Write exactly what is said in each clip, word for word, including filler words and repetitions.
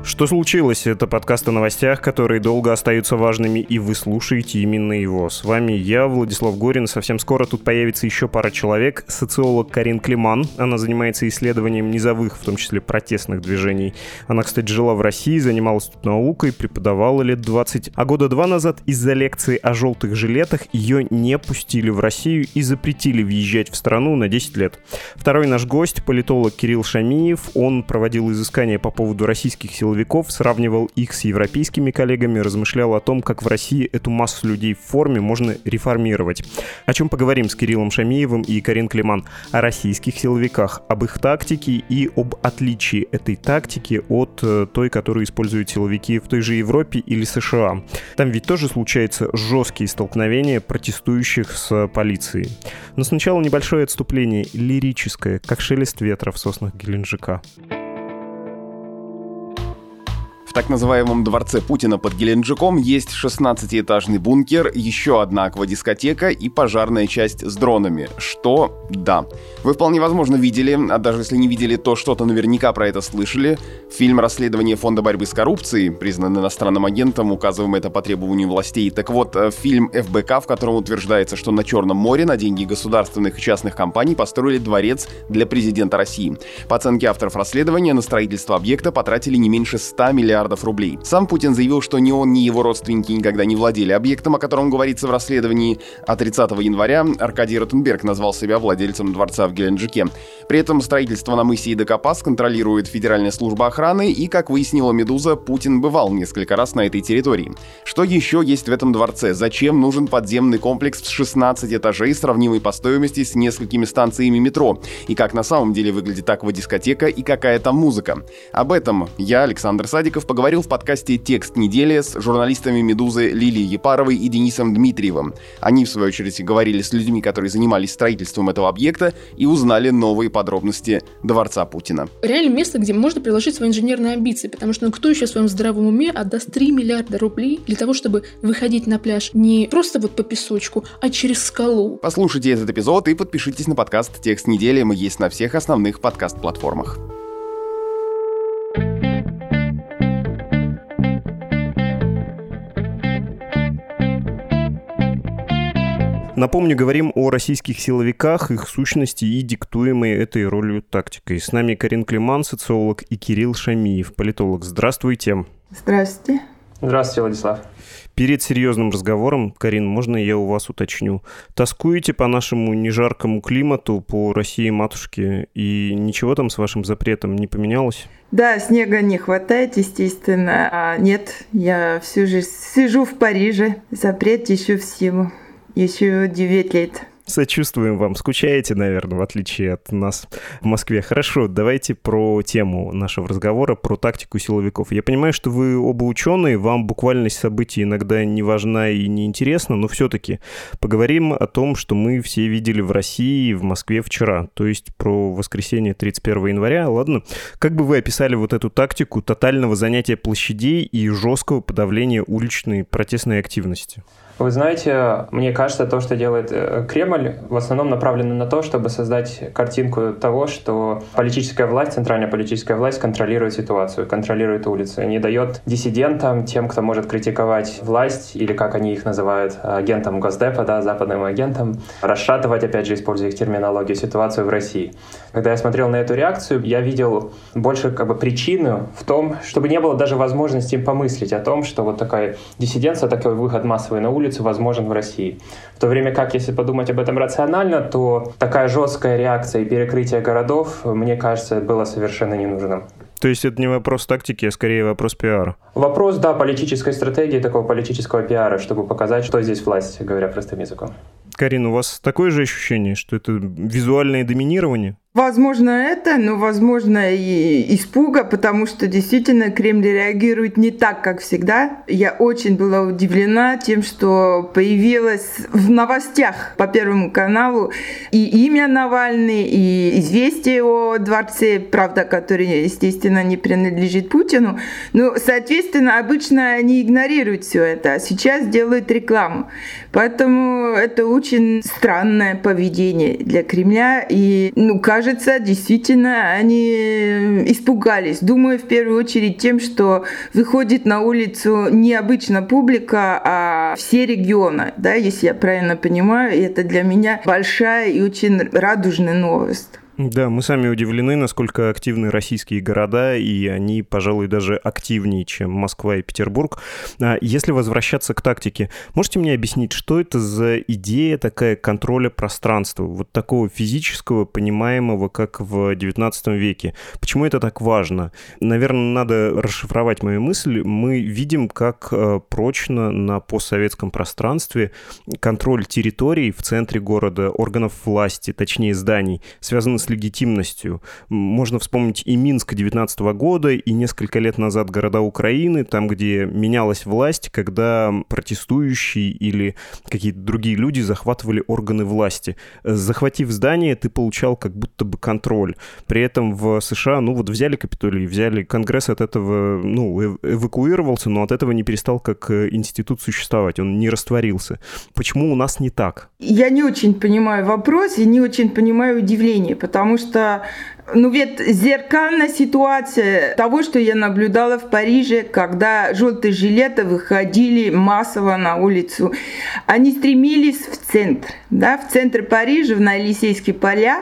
Что случилось? Это подкаст о новостях, которые долго остаются важными, и вы слушаете именно его. С вами я, Владислав Горин. Совсем скоро тут появится еще пара человек. Социолог Карин Климан. Она занимается исследованием низовых, в том числе протестных движений. Она, кстати, жила в России, занималась тут наукой, преподавала лет двадцать. А года два назад из-за лекции о желтых жилетах ее не пустили в Россию и запретили въезжать в страну на десять лет. Второй наш гость — политолог Кирилл Шамиев. Он проводил изыскания по поводу российских силовиков, сравнивал их с европейскими коллегами, размышлял о том, как в России эту массу людей в форме можно реформировать. О чем поговорим с Кириллом Шамиевым и Карин Климан? О российских силовиках, об их тактике и об отличии этой тактики от э, той, которую используют силовики в той же Европе или США. Там ведь тоже случаются жесткие столкновения протестующих с полицией. Но сначала небольшое отступление, лирическое, как шелест ветра в соснах Геленджика. В так называемом дворце Путина под Геленджиком есть шестнадцатиэтажный бункер, еще одна аквадискотека и пожарная часть с дронами. Что? Да. Вы вполне возможно видели, а даже если не видели, то что-то наверняка про это слышали. Фильм «Расследование фонда борьбы с коррупцией», признан иностранным агентом, указываем это по требованию властей. Так вот, фильм «эф бэ ка», в котором утверждается, что на Черном море на деньги государственных и частных компаний построили дворец для президента России. По оценке авторов расследования, на строительство объекта потратили не меньше ста миллиардов рублей. Сам Путин заявил, что ни он, ни его родственники никогда не владели объектом, о котором говорится в расследовании. А тридцатого января Аркадий Ротенберг назвал себя владельцем дворца в Геленджике. При этом строительство на мысе Идакопас контролирует Федеральная служба охраны, и, как выяснила «Медуза», Путин бывал несколько раз на этой территории. Что еще есть в этом дворце? Зачем нужен подземный комплекс в шестнадцать этажей, сравнимый по стоимости с несколькими станциями метро? И как на самом деле выглядит аквадискотека и какая там музыка? Об этом я, Александр Садиков, поговорил в подкасте «Текст недели» с журналистами «Медузы» Лилией Епаровой и Денисом Дмитриевым. Они, в свою очередь, говорили с людьми, которые занимались строительством этого объекта, и узнали новые подробности дворца Путина. Реально место, где можно приложить свои инженерные амбиции, потому что ну, кто еще в своем здравом уме отдаст три миллиарда рублей для того, чтобы выходить на пляж не просто вот по песочку, а через скалу. Послушайте этот эпизод и подпишитесь на подкаст «Текст недели». Мы есть на всех основных подкаст-платформах. Напомню, говорим о российских силовиках, их сущности и диктуемой этой ролью тактикой. С нами Карин Климан, социолог, и Кирилл Шамиев, политолог. Здравствуйте. Здравствуйте. Здравствуйте, Владислав. Перед серьезным разговором, Карин, можно я у вас уточню? Тоскуете по нашему нежаркому климату, по России-матушке, и ничего там с вашим запретом не поменялось? Да, снега не хватает, естественно. А нет, я всю жизнь сижу в Париже. Запрет еще в силу. Еще девять лет. Сочувствуем вам. Скучаете, наверное, в отличие от нас в Москве. Хорошо, давайте про тему нашего разговора, про тактику силовиков. Я понимаю, что вы оба ученые, вам буквальность событий иногда не важна и не интересна, но все-таки поговорим о том, что мы все видели в России и в Москве вчера, то есть про воскресенье тридцать первого января. Ладно, как бы вы описали вот эту тактику тотального занятия площадей и жесткого подавления уличной протестной активности? Вы знаете, мне кажется, то, что делает Кремль, в основном направлено на то, чтобы создать картинку того, что политическая власть, центральная политическая власть контролирует ситуацию, контролирует улицы, не дает диссидентам, тем, кто может критиковать власть, или как они их называют, агентам Госдепа, да, западным агентам, расшатывать, опять же, используя их терминологию, ситуацию в России. Когда я смотрел на эту реакцию, я видел больше как бы причину в том, чтобы не было даже возможности им помыслить о том, что вот такая диссиденция, такой выход массовый на улицу возможен в России. В то время как, если подумать об этом рационально, то такая жесткая реакция и перекрытие городов, мне кажется, было совершенно ненужным. То есть это не вопрос тактики, а скорее вопрос пиара? Вопрос, да, политической стратегии, такого политического пиара, чтобы показать, что здесь власть, говоря простым языком. Карин, у вас такое же ощущение, что это визуальное доминирование? Возможно, это, но, возможно, и испуга, потому что действительно Кремль реагирует не так, как всегда. Я очень была удивлена тем, что появилось в новостях по Первому каналу и имя Навальный, и известие о дворце, правда, который, естественно, не принадлежит Путину. Но, соответственно, обычно они игнорируют все это, а сейчас делают рекламу. Поэтому это очень странное поведение для Кремля. И, ну, кажется, кажется, действительно, они испугались. Думаю, в первую очередь тем, что выходит на улицу не обычно публика, а все регионы, да, если я правильно понимаю. И это для меня большая и очень радужная новость. Да, мы сами удивлены, насколько активны российские города, и они, пожалуй, даже активнее, чем Москва и Петербург. Если возвращаться к тактике, можете мне объяснить, что это за идея такая контроля пространства, вот такого физического, понимаемого, как в девятнадцатом веке? Почему это так важно? Наверное, надо расшифровать мою мысль. Мы видим, как прочно на постсоветском пространстве контроль территорий в центре города, органов власти, точнее зданий, связан с легитимностью. Можно вспомнить и Минск девятнадцатого года, и несколько лет назад города Украины, там, где менялась власть, когда протестующие или какие-то другие люди захватывали органы власти. Захватив здание, ты получал как будто бы контроль. При этом в США, ну вот взяли Капитолий, взяли Конгресс, от этого, ну, эвакуировался, но от этого не перестал как институт существовать, он не растворился. Почему у нас не так? Я не очень понимаю вопрос и не очень понимаю удивление, потому Потому что, ну ведь зеркальная ситуация того, что я наблюдала в Париже, когда желтые жилеты выходили массово на улицу. Они стремились в центр, да, в центр Парижа, на Елисейские поля,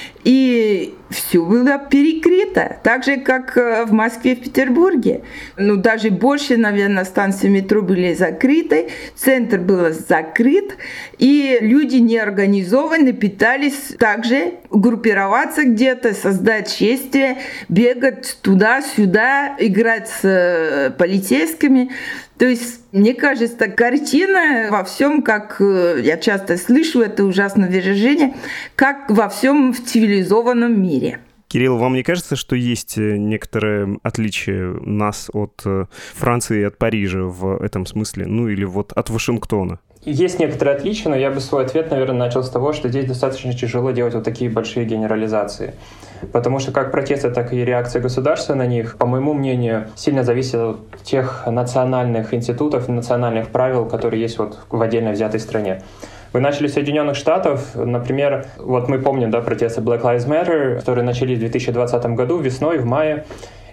и все было перекрыто, так же, как в Москве и в Петербурге. Ну, даже больше, наверное, станции метро были закрыты, центр был закрыт, и люди неорганизованно пытались также группироваться где-то, создать шествие, бегать туда-сюда, играть с полицейскими. То есть, мне кажется, картина во всем, как я часто слышу это ужасное выражение, как во всем в цивилизованном мире. Кирилл, вам не кажется, что есть некоторое отличие нас от Франции и от Парижа в этом смысле? Ну или вот от Вашингтона? Есть некоторые отличия, но я бы свой ответ, наверное, начал с того, что здесь достаточно тяжело делать вот такие большие генерализации. Потому что как протесты, так и реакция государства на них, по моему мнению, сильно зависит от тех национальных институтов, национальных правил, которые есть вот в отдельно взятой стране. Вы начали с Соединенных Штатов, например, вот мы помним, да, протесты Black Lives Matter, которые начались в две тысячи двадцатом году, весной, в мае.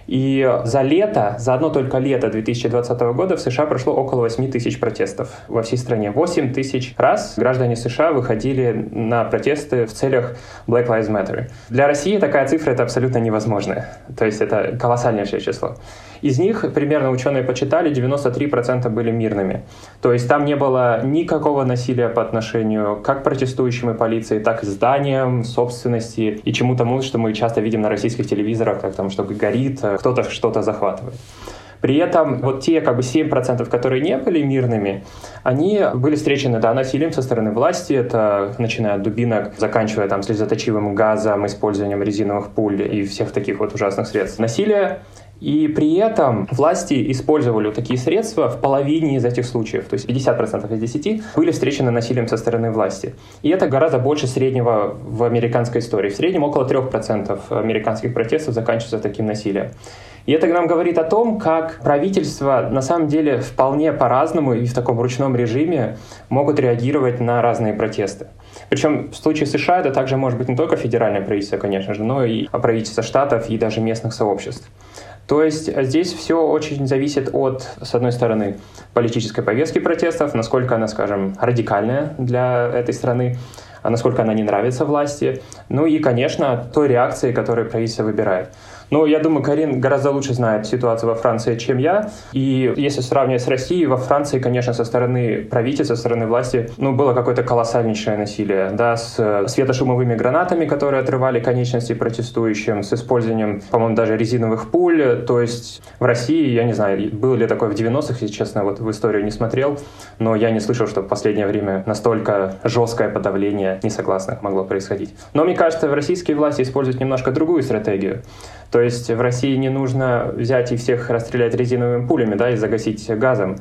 И за лето, за одно только лето две тысячи двадцатого года в США прошло около восемь тысяч протестов во всей стране. восемь тысяч раз граждане США выходили на протесты в целях Black Lives Matter. Для России такая цифра — это абсолютно невозможная. То есть это колоссальнейшее число. Из них, примерно ученые почитали, девяносто три процента были мирными. То есть там не было никакого насилия по отношению как к протестующим и полиции, так и зданиям, собственности и чему тому, что мы часто видим на российских телевизорах, как там что-то горит, кто-то что-то захватывает. При этом вот те как бы семь процентов, которые не были мирными, они были встречены, да, насилием со стороны власти, это начиная от дубинок, заканчивая там слезоточивым газом, использованием резиновых пуль и всех таких вот ужасных средств насилия. И при этом власти использовали такие средства в половине из этих случаев, то есть пятьдесят процентов из десяти были встречены насилием со стороны власти. И это гораздо больше среднего в американской истории. В среднем около трех процентов американских протестов заканчиваются таким насилием. И это нам говорит о том, как правительства на самом деле вполне по-разному и в таком ручном режиме могут реагировать на разные протесты. Причем в случае США это также может быть не только федеральное правительство, конечно же, но и правительство штатов и даже местных сообществ. То есть здесь все очень зависит от, с одной стороны, политической повестки протестов, насколько она, скажем, радикальная для этой страны, а насколько она не нравится власти, ну и, конечно, той реакции, которую правительство выбирает. Но я думаю, Карин гораздо лучше знает ситуацию во Франции, чем я. И если сравнивать с Россией, во Франции, конечно, со стороны правительства, со стороны власти, ну, было какое-то колоссальнейшее насилие, да, с светошумовыми гранатами, которые отрывали конечности протестующим, с использованием, по-моему, даже резиновых пуль. То есть в России, я не знаю, было ли такое в девяностых, если честно, вот в историю не смотрел, но я не слышал, что в последнее время настолько жесткое подавление несогласных могло происходить. Но мне кажется, российские власти используют немножко другую стратегию. То есть в России не нужно взять и всех расстрелять резиновыми пулями, да, и загасить газом. В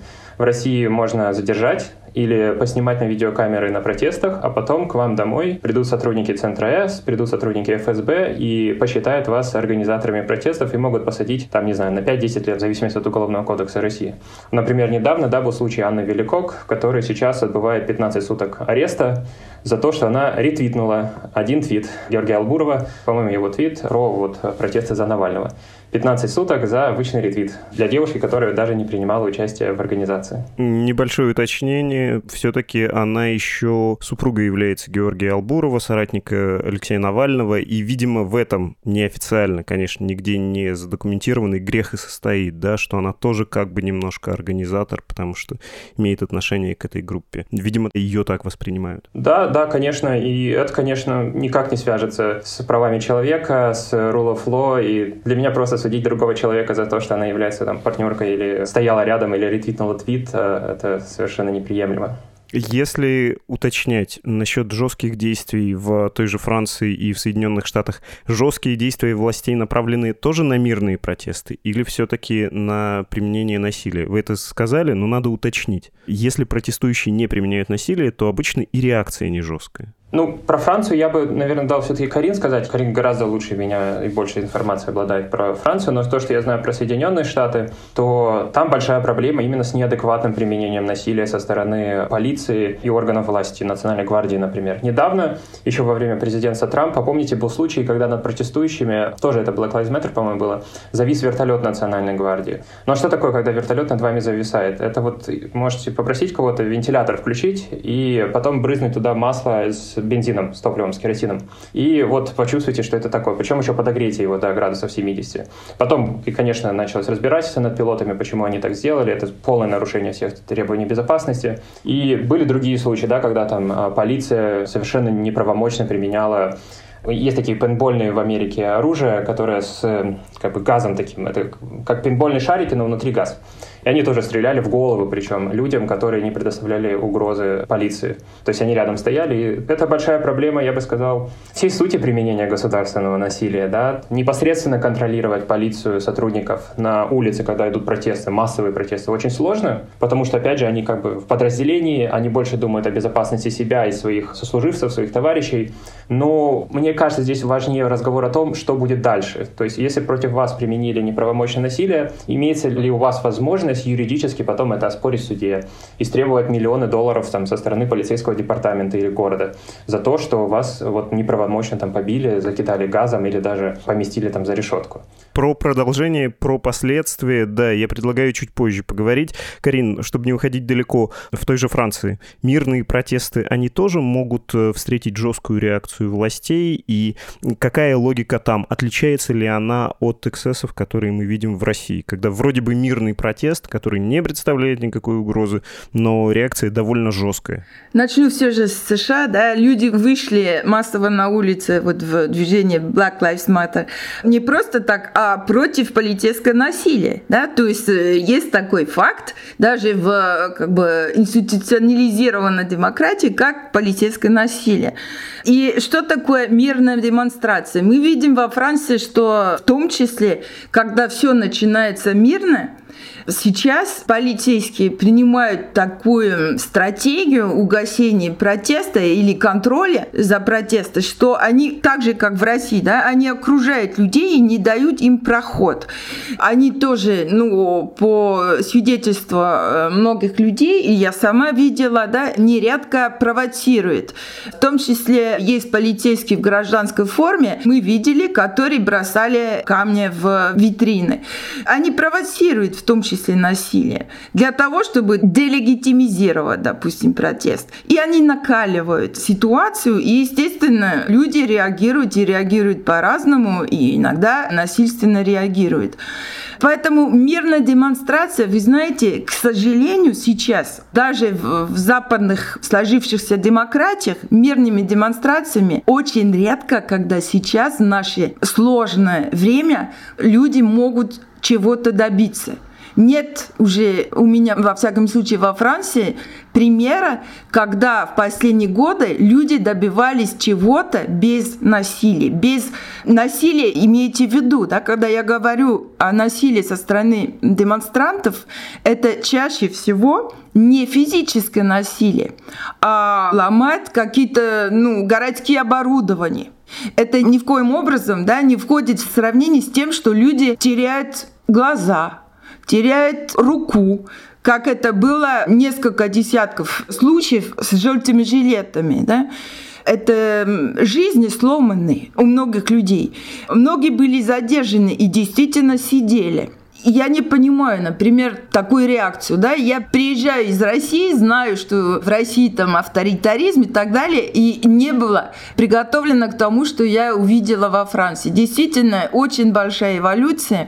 в России можно задержать или поснимать на видеокамеры на протестах, а потом к вам домой придут сотрудники Центра С, придут сотрудники эф эс бэ и посчитают вас организаторами протестов и могут посадить, там, не знаю, на пять-десять лет, в зависимости от Уголовного кодекса России. Например, недавно, да, был случай Анны Великок, в которой сейчас отбывает пятнадцать суток ареста за то, что она ретвитнула один твит Георгия Албурова, по-моему, его твит про вот, протесты за Навального. пятнадцать суток за обычный ретвит для девушки, которая даже не принимала участие в организации. Небольшое уточнение. Все-таки она еще супруга является Георгия Албурова, соратника Алексея Навального, и, видимо, в этом неофициально, конечно, нигде не задокументированный грех и состоит, да, что она тоже как бы немножко организатор, потому что имеет отношение к этой группе. Видимо, ее так воспринимают. Да, да, конечно, и это, конечно, никак не свяжется с правами человека, с rule of law, и для меня просто судить другого человека за то, что она является там партнеркой или стояла рядом, или ретвитнула твит, это совершенно неприемлемо. Если уточнять насчет жестких действий в той же Франции и в Соединенных Штатах, жесткие действия властей направлены тоже на мирные протесты или все-таки на применение насилия? Вы это сказали, но надо уточнить. Если протестующие не применяют насилие, то обычно и реакция не жесткая. Ну, про Францию я бы, наверное, дал все-таки Карин сказать. Карин гораздо лучше меня и больше информации обладает про Францию, но то, что я знаю про Соединенные Штаты, то там большая проблема именно с неадекватным применением насилия со стороны полиции и органов власти, Национальной гвардии, например. Недавно, еще во время президентства Трампа, помните, был случай, когда над протестующими, тоже это Black Lives Matter, по-моему, было, завис вертолет Национальной гвардии. Но что такое, когда вертолет над вами зависает? Это вот можете попросить кого-то вентилятор включить и потом брызнуть туда масло с бензином, с топливом, с керосином. И вот почувствуйте, что это такое. Причем еще подогрейте его до градусов семидесяти. Потом, и, конечно, началось разбирательство над пилотами, почему они так сделали. Это полное нарушение всех требований безопасности. И были другие случаи, да, когда там полиция совершенно неправомочно применяла. Есть такие пейнтбольные в Америке оружия, которое с как бы газом таким. Это как пейнтбольные шарики, но внутри газ. И они тоже стреляли в голову, причем людям, которые не предоставляли угрозы полиции. То есть они рядом стояли. И это большая проблема, я бы сказал, всей сути применения государственного насилия. Да? Непосредственно контролировать полицию, сотрудников на улице, когда идут протесты, массовые протесты, очень сложно, потому что, опять же, они как бы в подразделении, они больше думают о безопасности себя и своих сослуживцев, своих товарищей. Но мне кажется, здесь важнее разговор о том, что будет дальше. То есть если против вас применили неправомочное насилие, имеется ли у вас возможность юридически потом это оспорить в суде, истребовать миллионы долларов там, со стороны полицейского департамента или города за то, что вас вот, неправомочно там, побили, закидали газом или даже поместили там, за решетку. Про продолжение, про последствия, да, я предлагаю чуть позже поговорить. Карин, чтобы не уходить далеко, в той же Франции мирные протесты, они тоже могут встретить жесткую реакцию властей, и какая логика там? Отличается ли она от эксцессов, которые мы видим в России, когда вроде бы мирный протест, который не представляет никакой угрозы, но реакция довольно жесткая? Начну все же с США, да, люди вышли массово на улицы вот в движение Black Lives Matter не просто так, а против полицейского насилия, да, то есть есть такой факт, даже в как бы институционализированной демократии, как полицейское насилие. И что такое мирная демонстрация? Мы видим во Франции, что в том числе, когда все начинается мирно, сейчас полицейские принимают такую стратегию угасения протеста или контроля за протесты, что они, так же как в России, да, они окружают людей и не дают им проход. Они тоже, ну, по свидетельству многих людей, и я сама видела, да, нередко провоцируют. В том числе есть полицейские в гражданской форме, мы видели, которые бросали камни в витрины. Они провоцируют в том числе числе насилие, для того, чтобы делегитимизировать, допустим, протест. И они накаливают ситуацию, и, естественно, люди реагируют и реагируют по-разному, и иногда насильственно реагируют. Поэтому мирная демонстрация, вы знаете, к сожалению, сейчас даже в, в западных сложившихся демократиях мирными демонстрациями очень редко, когда сейчас в наше сложное время люди могут чего-то добиться. Нет уже у меня, во всяком случае, во Франции примера, когда в последние годы люди добивались чего-то без насилия. Без насилия имейте в виду, да, когда я говорю о насилии со стороны демонстрантов, это чаще всего не физическое насилие, а ломать какие-то ну, городские оборудования. Это ни в коем образом да, не входит в сравнение с тем, что люди теряют глаза, теряет руку, как это было несколько десятков случаев с желтыми жилетами. Да? Это жизни сломанные у многих людей. Многие были задержаны и действительно сидели. Я не понимаю, например, такую реакцию. Да? Я приезжаю из России, знаю, что в России там авторитаризм и так далее, и не было приготовлено к тому, что я увидела во Франции. Действительно, очень большая эволюция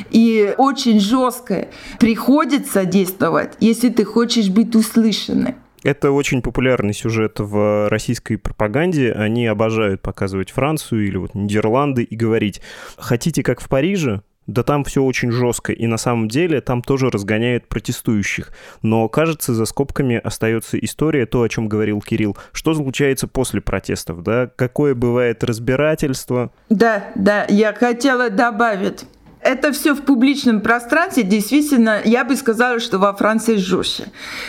и очень жесткая. Приходится действовать, если ты хочешь быть услышанным. Это очень популярный сюжет в российской пропаганде. Они обожают показывать Францию или вот Нидерланды и говорить: хотите как в Париже? Да там все очень жестко, и на самом деле там тоже разгоняют протестующих. Но, кажется, за скобками остается история, то, о чем говорил Кирилл. Что случается после протестов, да? Какое бывает разбирательство? Да, да, я хотела добавить. Это все в публичном пространстве, действительно, я бы сказала, что во Франции жестче.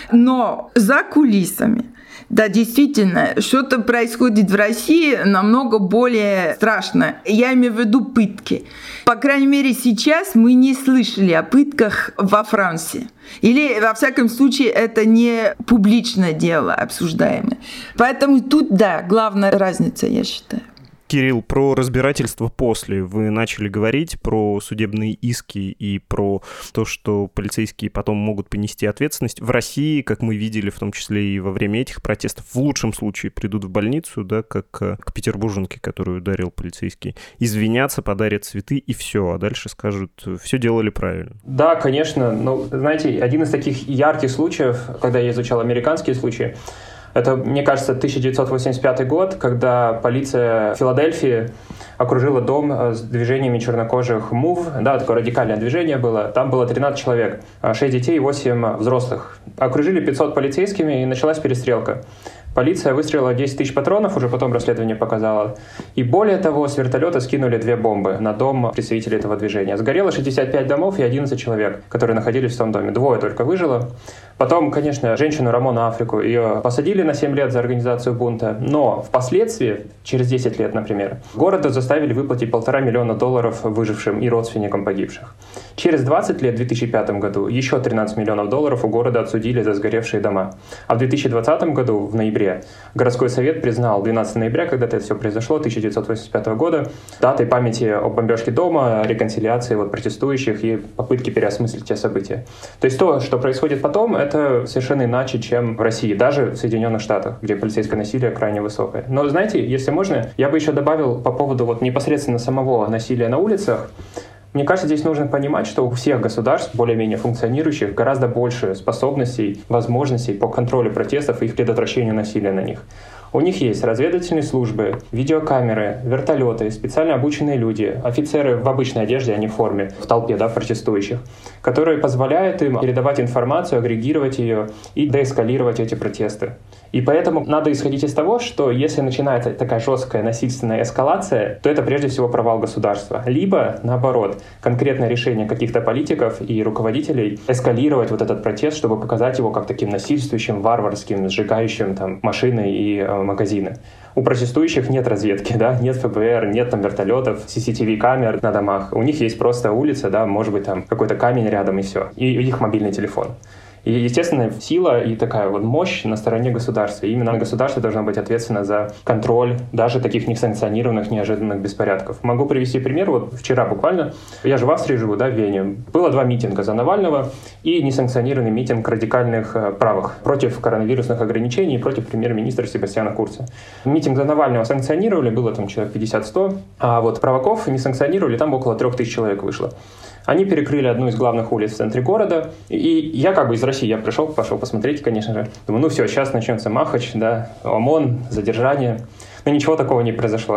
Но за кулисами, да, действительно, что-то происходит в России намного более страшно. Я имею в виду пытки. По крайней мере, сейчас мы не слышали о пытках во Франции. Или, во всяком случае, это не публичное дело обсуждаемое. Поэтому тут, да, главная разница, я считаю. Кирилл, про разбирательство после. Вы начали говорить про судебные иски и про то, что полицейские потом могут понести ответственность. В России, как мы видели, в том числе и во время этих протестов, в лучшем случае придут в больницу, да, как к петербурженке, которую ударил полицейский, извинятся, подарят цветы и все, а дальше скажут, все делали правильно. Да, конечно. Ну, знаете, один из таких ярких случаев, когда я изучал американские случаи, это, мне кажется, тысяча девятьсот восемьдесят пятый год, когда полиция Филадельфии окружила дом с движениями чернокожих мув. Да, такое радикальное движение было. Там было тринадцать человек, шесть детей и восемь взрослых. Окружили пятьсот полицейскими, и началась перестрелка. Полиция выстрелила десять тысяч патронов, уже потом расследование показало. И более того, с вертолета скинули две бомбы на дом представителей этого движения. Сгорело шестьдесят пять домов и одиннадцать человек, которые находились в том доме. Двое только выжило. Потом, конечно, женщину Рамону Африку, ее посадили на семь лет за организацию бунта. Но впоследствии, через десять лет, например, городу заставили выплатить полтора миллиона долларов выжившим и родственникам погибших. Через двадцать лет, в две тысячи пятом году, еще тринадцать миллионов долларов у города отсудили за сгоревшие дома. А в две тысячи двадцатом году, в ноябре, городской совет признал двенадцатого ноября, когда это все произошло, тысяча девятьсот восемьдесят пятого года, датой памяти о бомбежке дома, реконсилиации вот, протестующих и попытки переосмыслить те события. То есть то, что происходит потом, это совершенно иначе, чем в России, даже в Соединенных Штатах, где полицейское насилие крайне высокое. Но, знаете, если можно, я бы еще добавил по поводу вот, непосредственно самого насилия на улицах. Мне кажется, здесь нужно понимать, что у всех государств, более-менее функционирующих, гораздо больше способностей, возможностей по контролю протестов и их предотвращению насилия на них. У них есть разведывательные службы, видеокамеры, вертолеты, специально обученные люди, офицеры в обычной одежде, а не в форме, в толпе, да, протестующих, которые позволяют им передавать информацию, агрегировать ее и деэскалировать эти протесты. И поэтому надо исходить из того, что если начинается такая жесткая насильственная эскалация, то это прежде всего провал государства. Либо, наоборот, конкретное решение каких-то политиков и руководителей эскалировать вот этот протест, чтобы показать его как таким насильствующим, варварским, сжигающим там, машины и э, магазины. У протестующих нет разведки, да, нет эф бэ эр, нет там вертолетов, си си ти ви камер на домах. У них есть просто улица, да, может быть там какой-то камень рядом и все. И у них мобильный телефон. И, естественно, сила и такая вот мощь на стороне государства. И именно государство должно быть ответственно за контроль даже таких несанкционированных, неожиданных беспорядков. Могу привести пример. Вот вчера буквально, я же в Австрии живу, да, в Вене. Было два митинга за Навального и несанкционированный митинг радикальных э, правых против коронавирусных ограничений и против премьер-министра Себастьяна Курца. Митинг за Навального санкционировали, было там человек пятьдесят-сто, а вот праваков не санкционировали, там около трех тысяч человек вышло. Они перекрыли одну из главных улиц в центре города, и я как бы из России, я пришел, пошел посмотреть, конечно же. Думаю, ну все, сейчас начнется махач, да, ОМОН, задержание. Но ничего такого не произошло.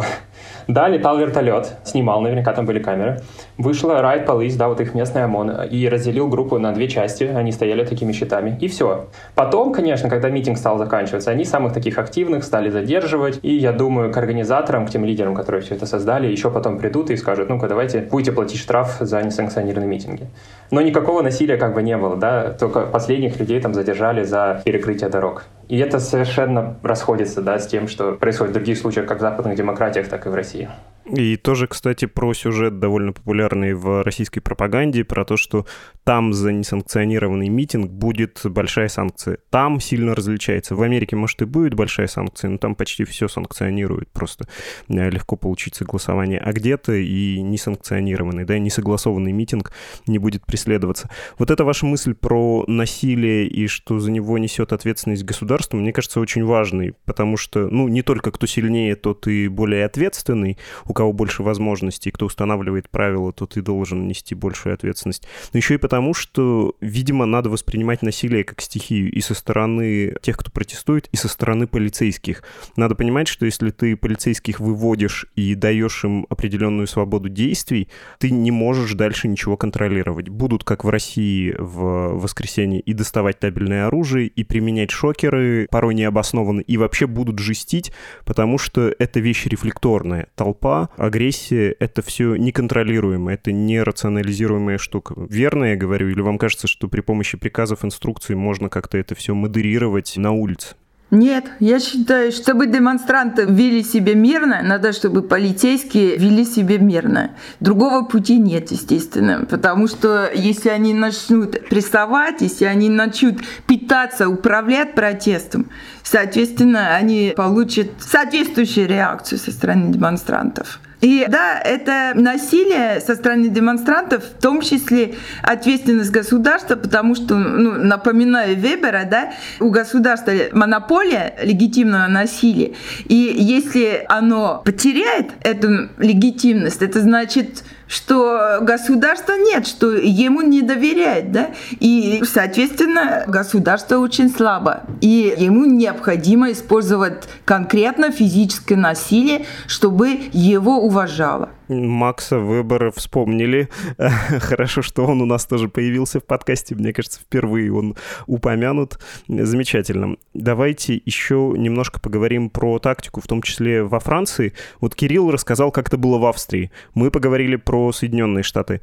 Да, летал вертолет, снимал, наверняка там были камеры. Вышла Riot Police, да, вот их местный ОМОН, и разделил группу на две части, они стояли такими щитами, и все. Потом, конечно, когда митинг стал заканчиваться, они самых таких активных стали задерживать, и я думаю, к организаторам, к тем лидерам, которые все это создали, еще потом придут и скажут, ну-ка, давайте будете платить штраф за несанкционированные митинги. Но никакого насилия как бы не было, да, только последних людей там задержали за перекрытие дорог. И это совершенно расходится, да, с тем, что происходит в других случаях, как в западных демократиях, так и в России. И тоже, кстати, про сюжет довольно популярный в российской пропаганде, про то, что там за несанкционированный митинг будет большая санкция. Там сильно различается. В Америке, может, и будет большая санкция, но там почти все санкционируют. Просто легко получить согласование. А где-то и несанкционированный, да, несогласованный митинг не будет преследоваться. Вот эта ваша мысль про насилие и что за него несет ответственность государство, мне кажется, очень важной, потому что, ну, не только кто сильнее, тот и более ответственный, у кого больше возможностей, кто устанавливает правила, тот и должен нести большую ответственность. Но еще и потому, что, видимо, надо воспринимать насилие как стихию и со стороны тех, кто протестует, и со стороны полицейских. Надо понимать, что если ты полицейских выводишь и даешь им определенную свободу действий, ты не можешь дальше ничего контролировать. Будут, как в России в воскресенье, и доставать табельное оружие, и применять шокеры, порой необоснованно, и вообще будут жестить, потому что это вещь рефлекторная. Толпа, агрессия — это все неконтролируемо, это нерационализируемая штука. Верно я говорю? Или вам кажется, что при помощи приказов, инструкций можно как-то это все модерировать на улице? Нет, я считаю, чтобы демонстранты вели себя мирно, надо, чтобы полицейские вели себя мирно. Другого пути нет, естественно, потому что если они начнут прессовать, если они начнут пытаться управлять протестом, соответственно, они получат соответствующую реакцию со стороны демонстрантов. И да, это насилие со стороны демонстрантов, в том числе ответственность государства, потому что, ну, напоминаю Вебера, да, у государства монополия легитимного насилия. И если оно потеряет эту легитимность, это значит, что государства нет, что ему не доверяет, да, и, соответственно, государство очень слабо, и ему необходимо использовать конкретно физическое насилие, чтобы его уважало. Макса Вебера вспомнили. Хорошо, что он у нас тоже появился в подкасте. Мне кажется, впервые он упомянут. Замечательно. Давайте еще немножко поговорим про тактику, в том числе во Франции. Вот Кирилл рассказал, как это было в Австрии. Мы поговорили про Соединенные Штаты.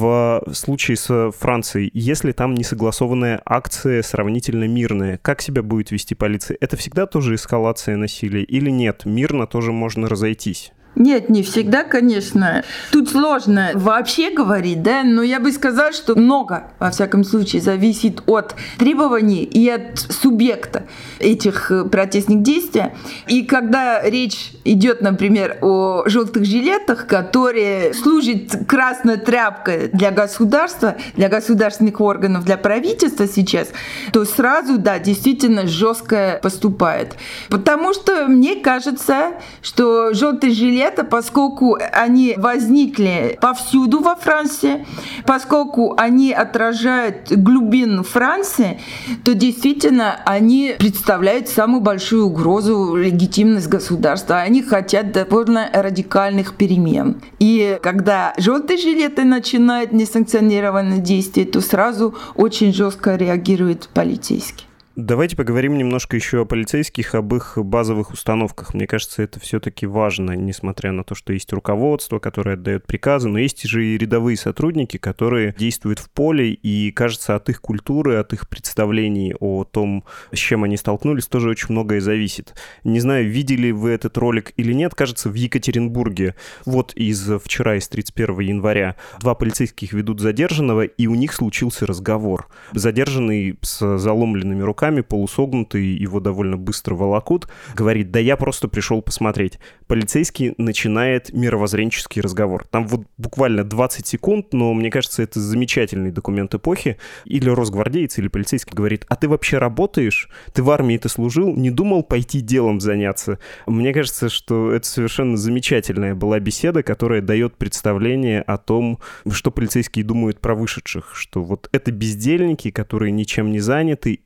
В случае с Францией, если там несогласованная акция сравнительно мирная, как себя будет вести полиция? Это всегда тоже эскалация насилия или нет? Мирно тоже можно разойтись? Нет, не всегда, конечно. Тут сложно вообще говорить, да, но я бы сказала, что много, во всяком случае, зависит от требований и от субъекта этих протестных действий. И когда речь идет, например, о желтых жилетах, которые служат красной тряпкой для государства, для государственных органов, для правительства сейчас, то сразу, да, действительно жестко поступает. Потому что мне кажется, что желтые жилеты, поскольку они возникли повсюду во Франции, поскольку они отражают глубину Франции, то действительно они представляют самую большую угрозу легитимности государства. Они хотят довольно радикальных перемен. И когда желтые жилеты начинают несанкционированные действия, то сразу очень жестко реагируют полицейские. Давайте поговорим немножко еще о полицейских, об их базовых установках. Мне кажется, это все-таки важно, несмотря на то, что есть руководство, которое отдает приказы, но есть же и рядовые сотрудники, которые действуют в поле, и, кажется, от их культуры, от их представлений о том, с чем они столкнулись, тоже очень многое зависит. Не знаю, видели вы этот ролик или нет, кажется, в Екатеринбурге, вот из вчера, из тридцать первого января, два полицейских ведут задержанного, и у них случился разговор. Задержанный с заломленными руками, полусогнутый, его довольно быстро волокут, говорит: да я просто пришел посмотреть. Полицейский начинает мировоззренческий разговор. Там вот буквально двадцать секунд, но мне кажется, это замечательный документ эпохи. Или росгвардеец, или полицейский говорит: а ты вообще работаешь? Ты в армии-то служил? Не думал пойти делом заняться? Мне кажется, что это совершенно замечательная была беседа, которая дает представление о том, что полицейские думают про вышедших, что вот это бездельники, которые ничем не заняты, и в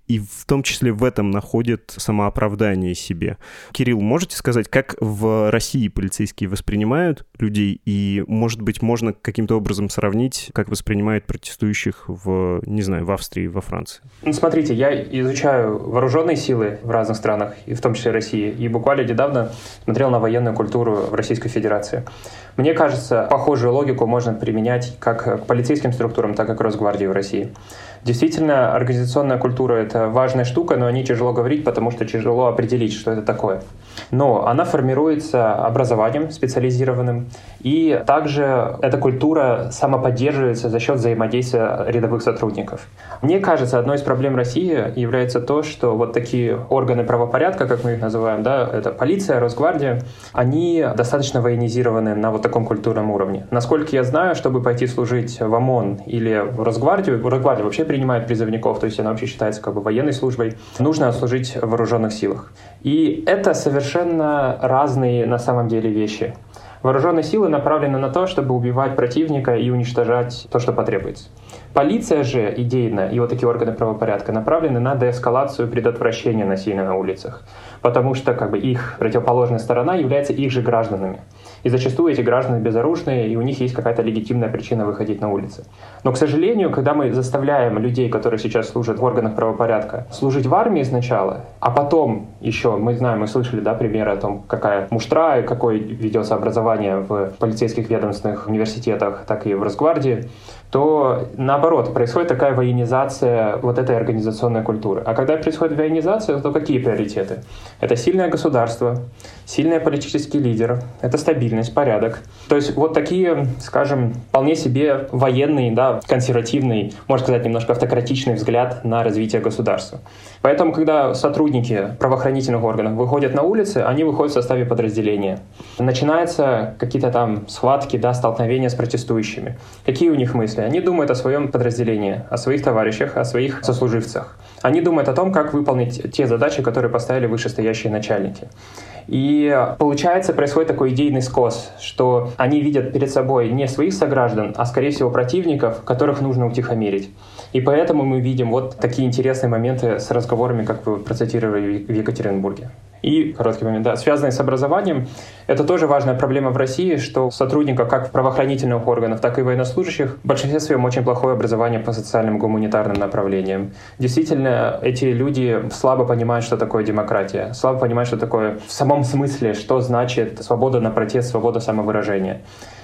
в том числе в этом находят самооправдание себе. Кирилл, можете сказать, как в России полицейские воспринимают людей, и, может быть, можно каким-то образом сравнить, как воспринимают протестующих в, не знаю, в Австрии, во Франции? Ну, смотрите, я изучаю вооруженные силы в разных странах, и в том числе России, и буквально недавно смотрел на военную культуру в Российской Федерации. Мне кажется, похожую логику можно применять как к полицейским структурам, так и к Росгвардии в России. Действительно, организационная культура — это важная штука, но о ней тяжело говорить, потому что тяжело определить, что это такое. Но она формируется образованием специализированным, и также эта культура самоподдерживается за счет взаимодействия рядовых сотрудников. Мне кажется, одной из проблем России является то, что вот такие органы правопорядка, как мы их называем, да, это полиция, Росгвардия, они достаточно военизированы на вот таком культурном уровне. Насколько я знаю, чтобы пойти служить в ОМОН или в Росгвардию, в Росгвардию вообще принимает призывников, то есть она вообще считается как бы военной службой, нужно служить в вооруженных силах. И это совершенно разные на самом деле вещи. Вооруженные силы направлены на то, чтобы убивать противника и уничтожать то, что потребуется. Полиция же идейно и вот такие органы правопорядка направлены на деэскалацию, предотвращение насилия на улицах, потому что как бы их противоположная сторона является их же гражданами. И зачастую эти граждане безоружные, и у них есть какая-то легитимная причина выходить на улицы. Но, к сожалению, когда мы заставляем людей, которые сейчас служат в органах правопорядка, служить в армии сначала, а потом еще, мы знаем, мы слышали, да, примеры о том, какая муштра и какое ведется образование в полицейских ведомственных университетах, так и в Росгвардии, то наоборот, происходит такая военизация вот этой организационной культуры. А когда происходит военизация, то какие приоритеты? Это сильное государство, сильный политический лидер, это стабильность, порядок. То есть вот такие, скажем, вполне себе военный, да, консервативный, можно сказать, немножко автократичный взгляд на развитие государства. Поэтому, когда сотрудники правоохранительных органов выходят на улицы, они выходят в составе подразделения. Начинаются какие-то там схватки, да, столкновения с протестующими. Какие у них мысли? Они думают о своем подразделении, о своих товарищах, о своих сослуживцах. Они думают о том, как выполнить те задачи, которые поставили вышестоящие начальники. И получается, происходит такой идейный скос, что они видят перед собой не своих сограждан, а, скорее всего, противников, которых нужно утихомирить. И поэтому мы видим вот такие интересные моменты с разговорами, как вы процитировали в Екатеринбурге. И короткий момент, да, связанный с образованием, это тоже важная проблема в России, что сотрудников как правоохранительных органов, так и военнослужащих в большинстве своем очень плохое образование по социальным гуманитарным направлениям. Действительно, эти люди слабо понимают, что такое демократия, слабо понимают, что такое в самом смысле, что значит свобода на протест, свобода самовыражения.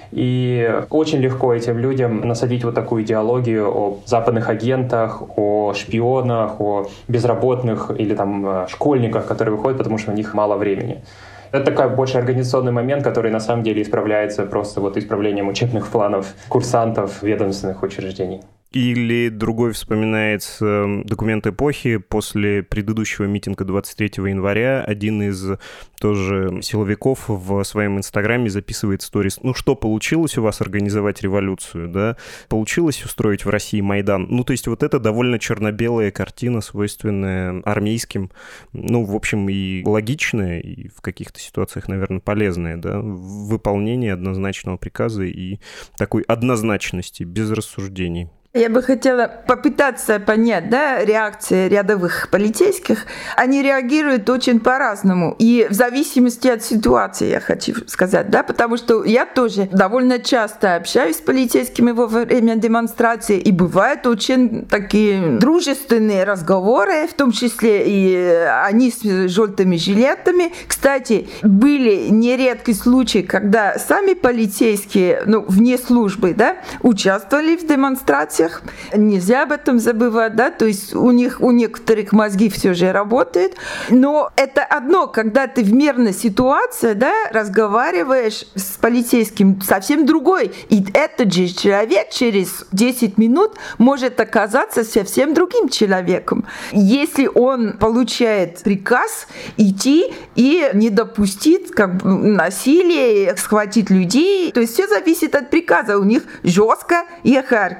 И очень легко этим людям насадить вот такую идеологию о западных агентах, о шпионах, о безработных или там школьниках, которые выходят, потому что у них мало времени. Это такой больше организационный момент, который на самом деле исправляется просто вот исправлением учебных планов курсантов ведомственных учреждений. Или другой вспоминается документ эпохи. После предыдущего митинга двадцать третьего января один из тоже силовиков в своем инстаграме записывает сторис. Ну что, получилось у вас организовать революцию, да? Получилось устроить в России Майдан? Ну то есть вот это довольно черно-белая картина, свойственная армейским. Ну, в общем, и логичная, и в каких-то ситуациях, наверное, полезная, да? В выполнении однозначного приказа и такой однозначности, без рассуждений. Я бы хотела попытаться понять, да, реакции рядовых полицейских. Они реагируют очень по-разному. И в зависимости от ситуации, я хочу сказать, да, потому что я тоже довольно часто общаюсь с полицейскими во время демонстрации, и бывают очень такие дружественные разговоры, в том числе и они с желтыми жилетами. Кстати, были нередкие случаи, когда сами полицейские, ну, вне службы, да, участвовали в демонстрациях. Нельзя об этом забывать, да, то есть у них, у некоторых мозги все же работают, но это одно, когда ты в мирной ситуации, да, разговариваешь с полицейским, совсем другой, и этот же человек через десять минут может оказаться совсем другим человеком, если он получает приказ идти и не допустить как бы насилия, схватить людей, то есть все зависит от приказа, у них жестко иерархия. И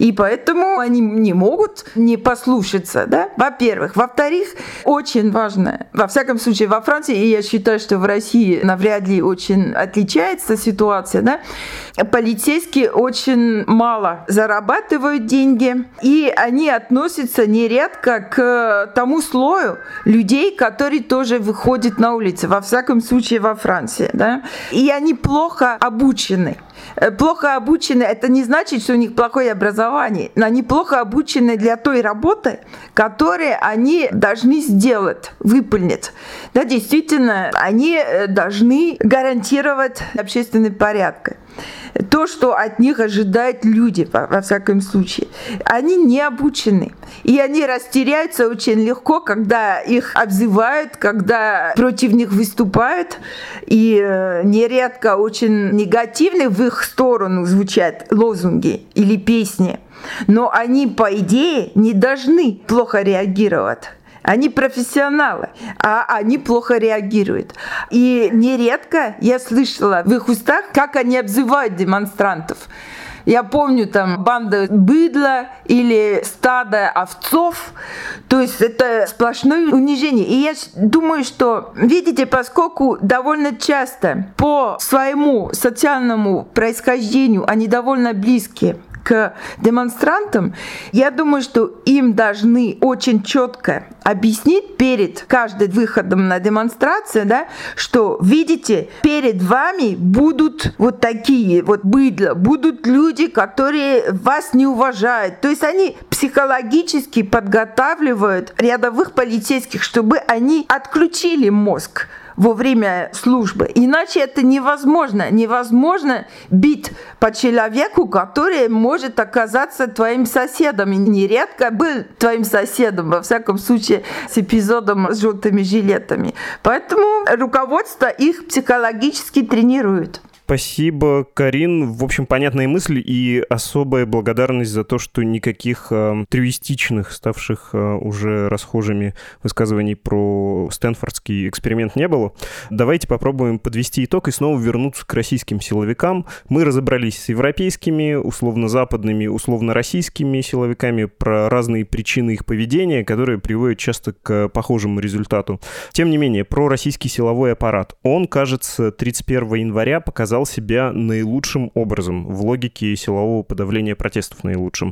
И поэтому они не могут не послушаться, да, во-первых. Во-вторых, очень важно, во всяком случае во Франции, и я считаю, что в России навряд ли очень отличается ситуация, да, полицейские очень мало зарабатывают деньги, и они относятся нередко к тому слою людей, которые тоже выходят на улицы, во всяком случае во Франции, да, и они плохо обучены. Плохо обучены, это не значит, что у них плохое образование, но они плохо обучены для той работы, которую они должны сделать, выполнить. Да, действительно, они должны гарантировать общественный порядок. То, что от них ожидают люди, во, во всяком случае. Они не обучены. И они растеряются очень легко, когда их обзывают, когда против них выступают. И э, нередко очень негативно в их сторону звучат лозунги или песни. Но они, по идее, не должны плохо реагировать. Они профессионалы, а они плохо реагируют. И нередко я слышала в их устах, как они обзывают демонстрантов. Я помню там банда быдла или стадо овцов. То есть это сплошное унижение. И я думаю, что, видите, поскольку довольно часто по своему социальному происхождению они довольно близкие к демонстрантам, я думаю, что им должны очень четко объяснить перед каждым выходом на демонстрацию, да, что, видите, перед вами будут вот такие вот быдла, будут люди, которые вас не уважают. То есть они психологически подготавливают рядовых полицейских, чтобы они отключили мозг во время службы. Иначе это невозможно. Невозможно бить по человеку, который может оказаться твоим соседом. И нередко был твоим соседом, во всяком случае, с эпизодом с желтыми жилетами. Поэтому руководство их психологически тренирует. Спасибо, Карин. В общем, понятные мысли и особая благодарность за то, что никаких э, трюистичных, ставших э, уже расхожими высказываний про стэнфордский эксперимент не было. Давайте попробуем подвести итог и снова вернуться к российским силовикам. Мы разобрались с европейскими, условно-западными, условно-российскими силовиками про разные причины их поведения, которые приводят часто к похожему результату. Тем не менее, про российский силовой аппарат. Он, кажется, тридцать первого января показал себя наилучшим образом, в логике силового подавления протестов наилучшим.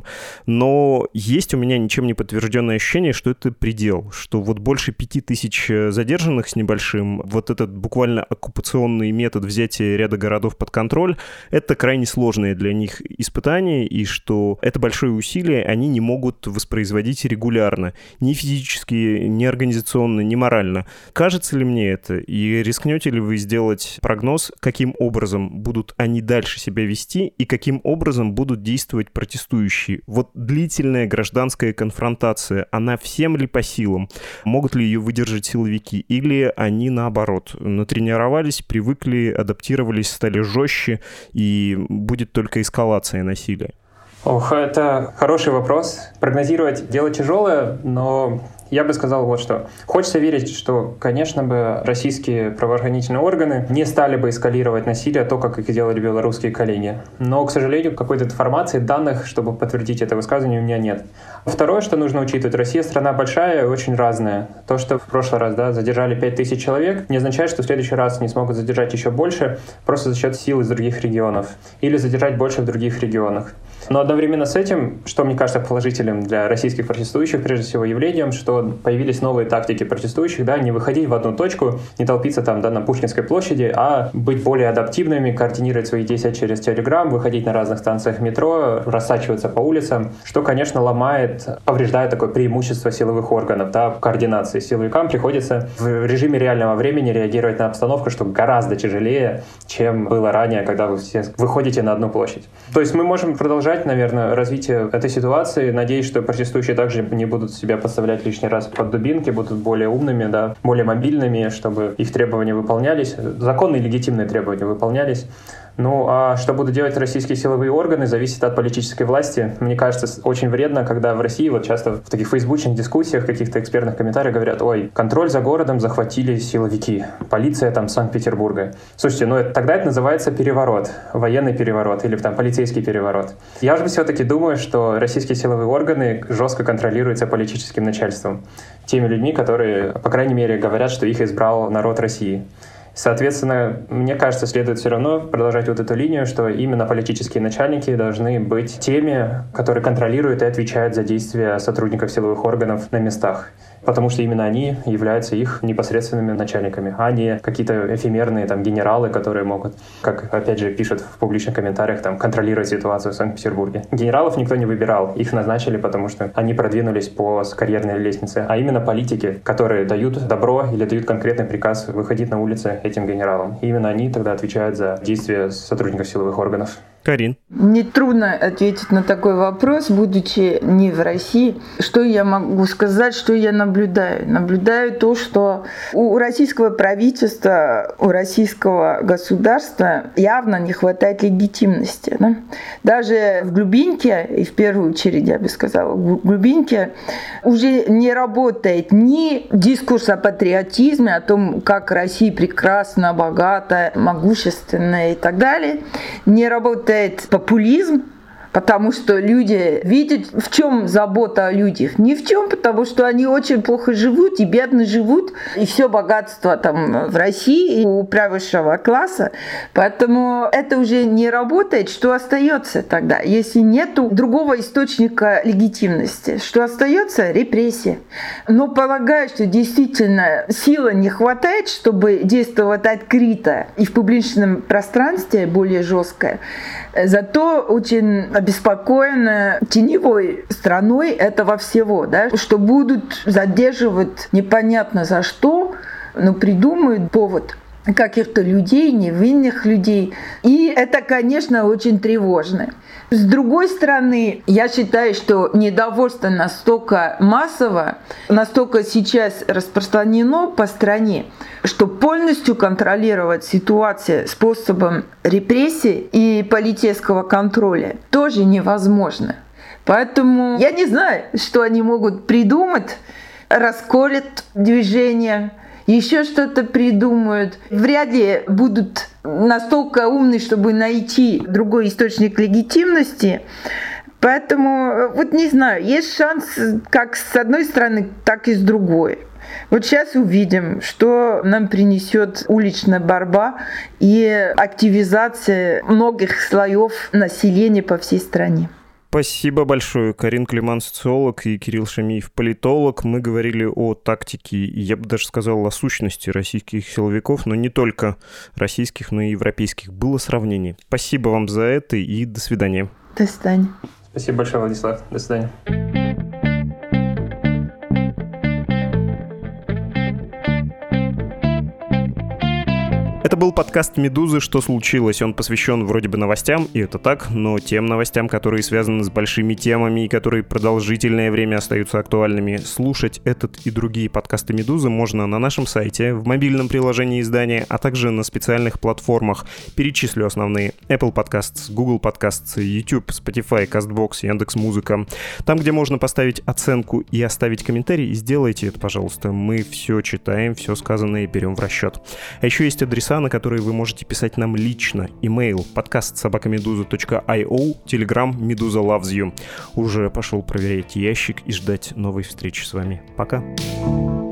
Но есть у меня ничем не подтвержденное ощущение, что это предел, что вот больше пяти тысяч задержанных с небольшим, вот этот буквально оккупационный метод взятия ряда городов под контроль, это крайне сложное для них испытание, и что это большое усилие они не могут воспроизводить регулярно, ни физически, ни организационно, ни морально. Кажется ли мне это? И рискнете ли вы сделать прогноз, каким образом будут они дальше себя вести и каким образом будут действовать протестующие? Вот длительная гражданская конфронтация, она всем ли по силам? Могут ли ее выдержать силовики? Или они, наоборот, натренировались, привыкли, адаптировались, стали жестче, и будет только эскалация насилия? Ох, это хороший вопрос. Прогнозировать дело тяжелое, но я бы сказал вот что. Хочется верить, что, конечно бы, российские правоохранительные органы не стали бы эскалировать насилие, то, как их делали белорусские коллеги. Но, к сожалению, какой-то информации, данных, чтобы подтвердить это высказывание, у меня нет. Второе, что нужно учитывать. Россия страна большая и очень разная. То, что в прошлый раз да, задержали пять тысяч человек, не означает, что в следующий раз не смогут задержать еще больше, просто за счет сил из других регионов. Или задержать больше в других регионах. Но одновременно с этим, что мне кажется положительным для российских протестующих, прежде всего явлением, что появились новые тактики протестующих, да, не выходить в одну точку, не толпиться там да, на Пушкинской площади, а быть более адаптивными, координировать свои действия через Telegram, выходить на разных станциях метро, рассачиваться по улицам, что, конечно, ломает, повреждает такое преимущество силовых органов, да, координации. Силовикам приходится в режиме реального времени реагировать на обстановку, что гораздо тяжелее, чем было ранее, когда вы все выходите на одну площадь. То есть мы можем продолжать, наверное, развитие этой ситуации. Надеюсь, что протестующие также не будут себя подставлять лишний раз под дубинки, будут более умными, да, более мобильными, чтобы их требования выполнялись, законные и легитимные требования выполнялись. Ну, а что будут делать российские силовые органы, зависит от политической власти. Мне кажется, очень вредно, когда в России вот часто в таких фейсбучных дискуссиях, каких-то экспертных комментариях говорят: ой, контроль за городом захватили силовики, полиция там Санкт-Петербурга. Слушайте, ну это, тогда это называется переворот, военный переворот или там полицейский переворот. Я же все-таки думаю, что российские силовые органы жестко контролируются политическим начальством. Теми людьми, которые, по крайней мере, говорят, что их избрал народ России. Соответственно, мне кажется, следует все равно продолжать вот эту линию, что именно политические начальники должны быть теми, которые контролируют и отвечают за действия сотрудников силовых органов на местах. Потому что именно они являются их непосредственными начальниками, а не какие-то эфемерные там генералы, которые могут, как опять же пишут в публичных комментариях, там, контролировать ситуацию в Санкт-Петербурге. Генералов никто не выбирал, их назначили, потому что они продвинулись по карьерной лестнице, а именно политики, которые дают добро или дают конкретный приказ выходить на улицы этим генералам. И именно они тогда отвечают за действия сотрудников силовых органов. Карин. Мне трудно ответить на такой вопрос, будучи не в России. Что я могу сказать, что я наблюдаю? Наблюдаю то, что у российского правительства, у российского государства явно не хватает легитимности. Да? Даже в глубинке, и в первую очередь, я бы сказала, в глубинке уже не работает ни дискурс о патриотизме, о том, как Россия прекрасна, богата, могущественная и так далее, не работает популизм, потому что люди видят, в чем забота о людях. Ни в чем, потому что они очень плохо живут и бедно живут, и все богатство там в России у правящего класса. Поэтому это уже не работает. Что остается тогда, если нету другого источника легитимности? Что остается? Репрессия. Но полагаю, что действительно силы не хватает, чтобы действовать открыто и в публичном пространстве более жестко. Зато очень обеспокоена теневой стороной этого всего, да, что будут задерживать непонятно за что, но придумают повод каких-то людей, невинных людей. И это, конечно, очень тревожно. С другой стороны, я считаю, что недовольство настолько массово, настолько сейчас распространено по стране, что полностью контролировать ситуацию способом репрессий и полицейского контроля тоже невозможно. Поэтому я не знаю, что они могут придумать, расколят движение, еще что-то придумают. Вряд ли будут настолько умны, чтобы найти другой источник легитимности. Поэтому, вот не знаю, есть шанс как с одной стороны, так и с другой. Вот сейчас увидим, что нам принесет уличная борьба и активизация многих слоев населения по всей стране. Спасибо большое. Карин Климан, социолог, и Кирилл Шамиев, политолог. Мы говорили о тактике, и я бы даже сказал, о сущности российских силовиков, но не только российских, но и европейских. Было сравнение. Спасибо вам за это и до свидания. До свидания. Спасибо большое, Владислав. До свидания. Это был подкаст «Медузы. Что случилось?». Он посвящен вроде бы новостям, и это так, но тем новостям, которые связаны с большими темами и которые продолжительное время остаются актуальными. Слушать этот и другие подкасты «Медузы» можно на нашем сайте, в мобильном приложении издания, а также на специальных платформах. Перечислю основные: Apple Podcasts, Google Podcasts, YouTube, Spotify, CastBox, Яндекс.Музыка. Там, где можно поставить оценку и оставить комментарий, сделайте это, пожалуйста. Мы все читаем, все сказанное берем в расчет. А еще есть адреса, на которые вы можете писать нам лично. Имейл подкаст собака медуза точка ай о, Телеграм Медуза Loves You. Уже пошел проверять ящик и ждать новой встречи с вами. Пока.